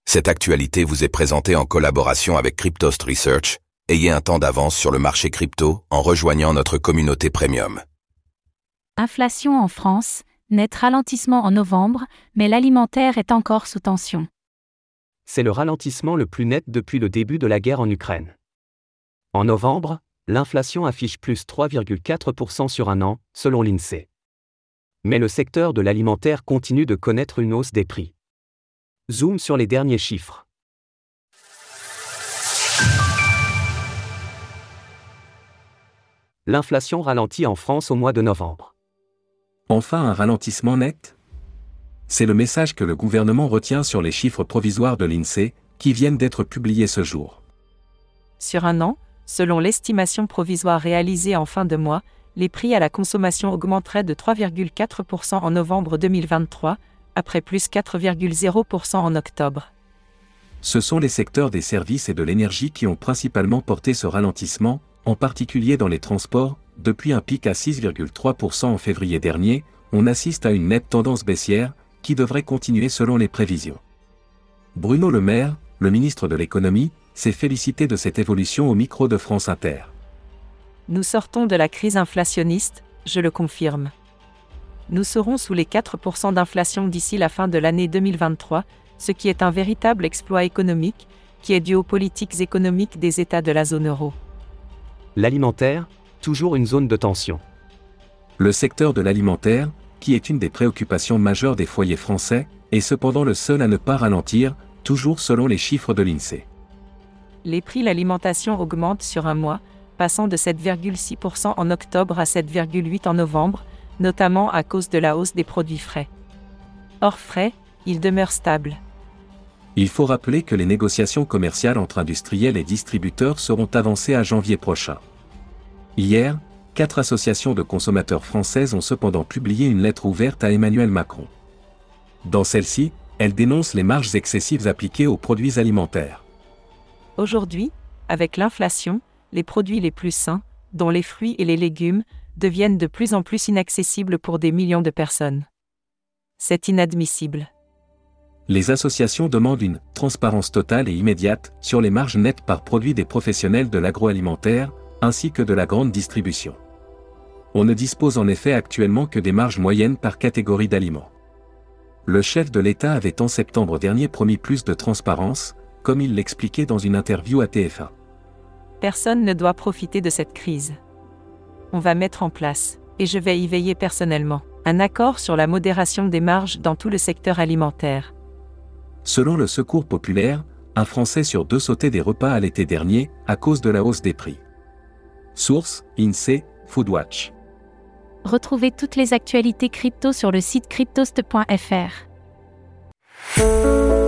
Cette actualité vous est présentée en collaboration avec Cryptost Research. Ayez un temps d'avance sur le marché crypto en rejoignant notre communauté premium. Inflation en France, net ralentissement en novembre, mais l'alimentaire est encore sous tension. C'est le ralentissement le plus net depuis le début de la guerre en Ukraine. En novembre, l'inflation affiche plus 3,4% sur un an, selon l'INSEE. Mais le secteur de l'alimentaire continue de connaître une hausse des prix. Zoom sur les derniers chiffres. L'inflation ralentit en France au mois de novembre. Enfin un ralentissement net ? C'est le message que le gouvernement retient sur les chiffres provisoires de l'INSEE, qui viennent d'être publiés ce jour. Sur un an, selon l'estimation provisoire réalisée en fin de mois, les prix à la consommation augmenteraient de 3,4% en novembre 2023, après plus 4,0% en octobre. Ce sont les secteurs des services et de l'énergie qui ont principalement porté ce ralentissement, en particulier dans les transports. Depuis un pic à 6,3% en février dernier, on assiste à une nette tendance baissière, qui devrait continuer selon les prévisions. Bruno Le Maire, le ministre de l'économie, s'est félicité de cette évolution au micro de France Inter. Nous sortons de la crise inflationniste, je le confirme. Nous serons sous les 4% d'inflation d'ici la fin de l'année 2023, ce qui est un véritable exploit économique, qui est dû aux politiques économiques des États de la zone euro. L'alimentaire, toujours une zone de tension. Le secteur de l'alimentaire, qui est une des préoccupations majeures des foyers français, est cependant le seul à ne pas ralentir, toujours selon les chiffres de l'INSEE. Les prix de l'alimentation augmentent sur un mois, passant de 7,6% en octobre à 7,8% en novembre, notamment à cause de la hausse des produits frais. Hors frais, ils demeurent stables. Il faut rappeler que les négociations commerciales entre industriels et distributeurs seront avancées à janvier prochain. Hier, 4 associations de consommateurs françaises ont cependant publié une lettre ouverte à Emmanuel Macron. Dans celle-ci, elles dénoncent les marges excessives appliquées aux produits alimentaires. Aujourd'hui, avec l'inflation, les produits les plus sains, dont les fruits et les légumes, deviennent de plus en plus inaccessibles pour des millions de personnes. C'est inadmissible. Les associations demandent une transparence totale et immédiate sur les marges nettes par produit des professionnels de l'agroalimentaire, ainsi que de la grande distribution. On ne dispose en effet actuellement que des marges moyennes par catégorie d'aliments. Le chef de l'État avait en septembre dernier promis plus de transparence, comme il l'expliquait dans une interview à TF1. Personne ne doit profiter de cette crise. On va mettre en place, et je vais y veiller personnellement, un accord sur la modération des marges dans tout le secteur alimentaire. Selon le Secours populaire, un Français sur 2 sautait des repas à l'été dernier, à cause de la hausse des prix. Source, INSEE, Foodwatch. Retrouvez toutes les actualités crypto sur le site cryptost.fr.